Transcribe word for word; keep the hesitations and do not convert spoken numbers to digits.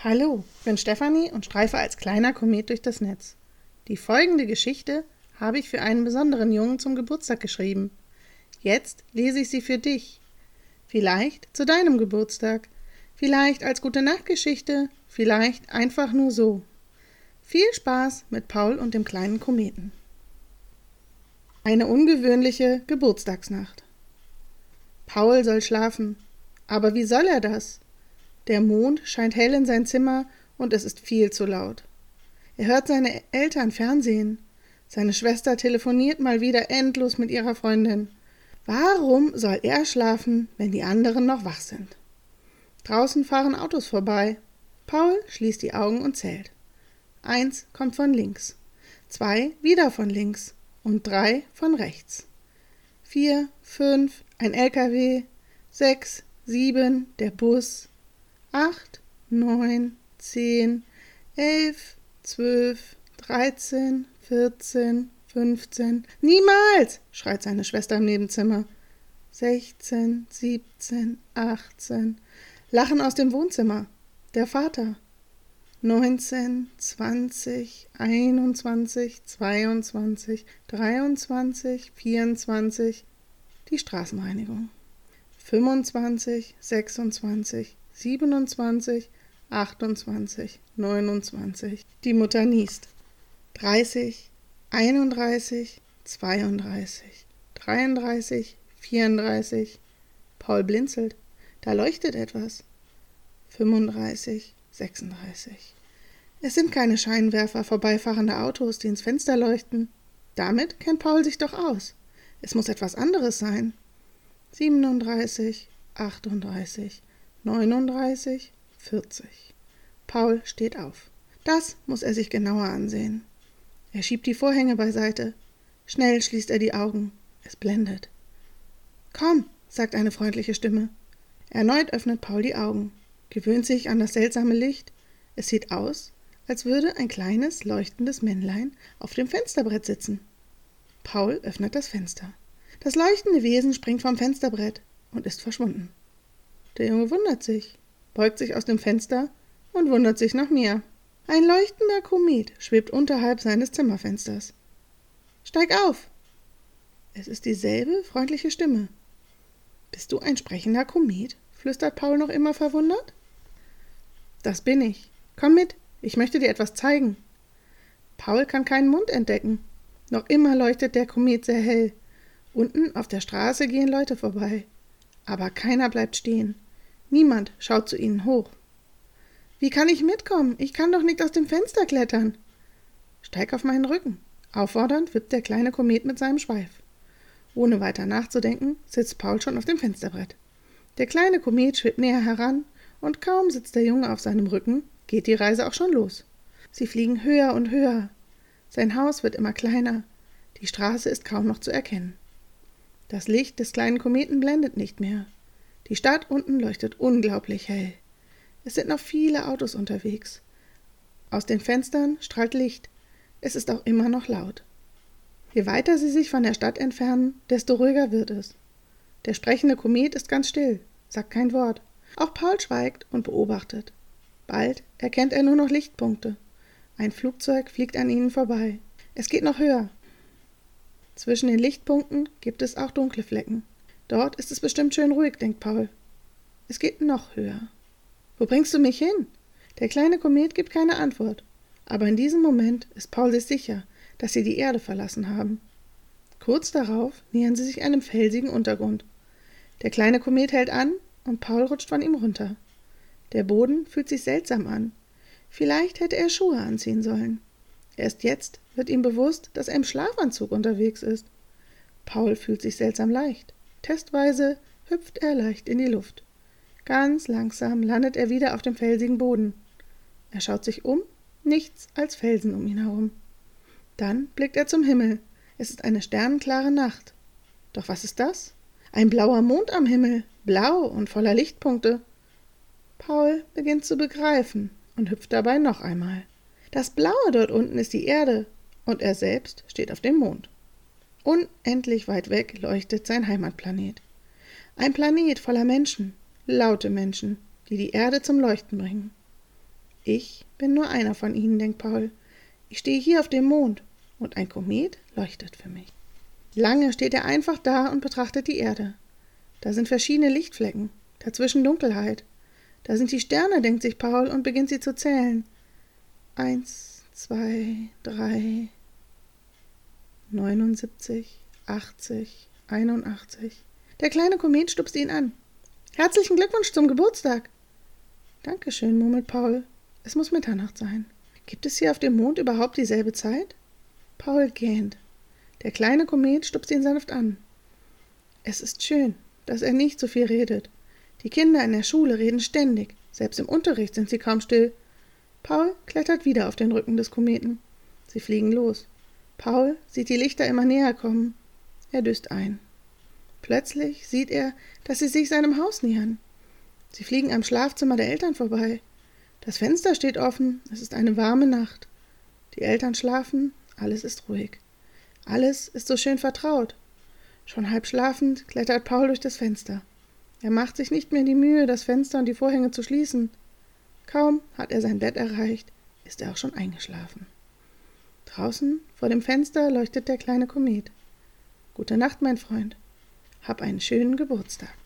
Hallo, ich bin Stefanie und streife als kleiner Komet durch das Netz. Die folgende Geschichte habe ich für einen besonderen Jungen zum Geburtstag geschrieben. Jetzt lese ich sie für dich. Vielleicht zu deinem Geburtstag, vielleicht als Gute-Nacht-Geschichte, vielleicht einfach nur so. Viel Spaß mit Paul und dem kleinen Kometen. Eine ungewöhnliche Geburtstagsnacht. Paul soll schlafen. Aber wie soll er das? Der Mond scheint hell in sein Zimmer und es ist viel zu laut. Er hört seine Eltern Fernsehen. Seine Schwester telefoniert mal wieder endlos mit ihrer Freundin. Warum soll er schlafen, wenn die anderen noch wach sind? Draußen fahren Autos vorbei. Paul schließt die Augen und zählt. Eins kommt von links, zwei wieder von links und drei von rechts. Vier, fünf, ein L K W, sechs, sieben, der Bus. Acht, neun, zehn, elf, zwölf, dreizehn, vierzehn, fünfzehn. Niemals! Schreit seine Schwester im Nebenzimmer. Sechzehn, siebzehn, achtzehn. Lachen aus dem Wohnzimmer. Der Vater. Neunzehn, zwanzig, einundzwanzig, zweiundzwanzig, dreiundzwanzig, vierundzwanzig. Die Straßenreinigung. Fünfundzwanzig, sechsundzwanzig, siebenundzwanzig, achtundzwanzig, neunundzwanzig. Die Mutter niest. dreißig, einunddreißig, zweiunddreißig, dreiunddreißig, vierunddreißig. Paul blinzelt. Da leuchtet etwas. fünfunddreißig, sechsunddreißig. Es sind keine Scheinwerfer vorbeifahrende Autos, die ins Fenster leuchten. Damit kennt Paul sich doch aus. Es muss etwas anderes sein. siebenunddreißig, achtunddreißig, neununddreißig, vierzig. Paul steht auf. Das muss er sich genauer ansehen. Er schiebt die Vorhänge beiseite. Schnell schließt er die Augen. Es blendet. »Komm«, sagt eine freundliche Stimme. Erneut öffnet Paul die Augen, gewöhnt sich an das seltsame Licht. Es sieht aus, als würde ein kleines, leuchtendes Männlein auf dem Fensterbrett sitzen. Paul öffnet das Fenster. Das leuchtende Wesen springt vom Fensterbrett und ist verschwunden. Der Junge wundert sich, beugt sich aus dem Fenster und wundert sich noch mehr. Ein leuchtender Komet schwebt unterhalb seines Zimmerfensters. »Steig auf!« Es ist dieselbe freundliche Stimme. »Bist du ein sprechender Komet?« flüstert Paul noch immer verwundert. »Das bin ich. Komm mit, ich möchte dir etwas zeigen.« Paul kann keinen Mund entdecken. Noch immer leuchtet der Komet sehr hell. Unten auf der Straße gehen Leute vorbei. Aber keiner bleibt stehen. Niemand schaut zu ihnen hoch. »Wie kann ich mitkommen? Ich kann doch nicht aus dem Fenster klettern.« »Steig auf meinen Rücken.« Auffordernd wippt der kleine Komet mit seinem Schweif. Ohne weiter nachzudenken, sitzt Paul schon auf dem Fensterbrett. Der kleine Komet schwebt näher heran und kaum sitzt der Junge auf seinem Rücken, geht die Reise auch schon los. Sie fliegen höher und höher. Sein Haus wird immer kleiner. Die Straße ist kaum noch zu erkennen. Das Licht des kleinen Kometen blendet nicht mehr. Die Stadt unten leuchtet unglaublich hell. Es sind noch viele Autos unterwegs. Aus den Fenstern strahlt Licht. Es ist auch immer noch laut. Je weiter sie sich von der Stadt entfernen, desto ruhiger wird es. Der sprechende Komet ist ganz still, sagt kein Wort. Auch Paul schweigt und beobachtet. Bald erkennt er nur noch Lichtpunkte. Ein Flugzeug fliegt an ihnen vorbei. Es geht noch höher. Zwischen den Lichtpunkten gibt es auch dunkle Flecken. Dort ist es bestimmt schön ruhig, denkt Paul. Es geht noch höher. »Wo bringst du mich hin?« Der kleine Komet gibt keine Antwort. Aber in diesem Moment ist Paul sich sicher, dass sie die Erde verlassen haben. Kurz darauf nähern sie sich einem felsigen Untergrund. Der kleine Komet hält an und Paul rutscht von ihm runter. Der Boden fühlt sich seltsam an. Vielleicht hätte er Schuhe anziehen sollen. Erst jetzt wird ihm bewusst, dass er im Schlafanzug unterwegs ist. Paul fühlt sich seltsam leicht. Testweise hüpft er leicht in die Luft. Ganz langsam landet er wieder auf dem felsigen Boden. Er schaut sich um, nichts als Felsen um ihn herum. Dann blickt er zum Himmel. Es ist eine sternenklare Nacht. Doch was ist das? Ein blauer Mond am Himmel, blau und voller Lichtpunkte. Paul beginnt zu begreifen und hüpft dabei noch einmal. Das Blaue dort unten ist die Erde und er selbst steht auf dem Mond. Unendlich weit weg leuchtet sein Heimatplanet. Ein Planet voller Menschen, laute Menschen, die die Erde zum Leuchten bringen. Ich bin nur einer von ihnen, denkt Paul. Ich stehe hier auf dem Mond und ein Komet leuchtet für mich. Lange steht er einfach da und betrachtet die Erde. Da sind verschiedene Lichtflecken, dazwischen Dunkelheit. Da sind die Sterne, denkt sich Paul und beginnt sie zu zählen. Eins, zwei, drei, neunundsiebzig, achtzig, einundachtzig. Der kleine Komet stupst ihn an. Herzlichen Glückwunsch zum Geburtstag. Dankeschön, murmelt Paul. Es muss Mitternacht sein. Gibt es hier auf dem Mond überhaupt dieselbe Zeit? Paul gähnt. Der kleine Komet stupst ihn sanft an. Es ist schön, dass er nicht so viel redet. Die Kinder in der Schule reden ständig. Selbst im Unterricht sind sie kaum still. Paul klettert wieder auf den Rücken des Kometen. Sie fliegen los. Paul sieht die Lichter immer näher kommen. Er düst ein. Plötzlich sieht er, dass sie sich seinem Haus nähern. Sie fliegen am Schlafzimmer der Eltern vorbei. Das Fenster steht offen, es ist eine warme Nacht. Die Eltern schlafen, alles ist ruhig. Alles ist so schön vertraut. Schon halb schlafend klettert Paul durch das Fenster. Er macht sich nicht mehr die Mühe, das Fenster und die Vorhänge zu schließen. Kaum hat er sein Bett erreicht, ist er auch schon eingeschlafen. Draußen vor dem Fenster leuchtet der kleine Komet. Gute Nacht, mein Freund. Hab einen schönen Geburtstag.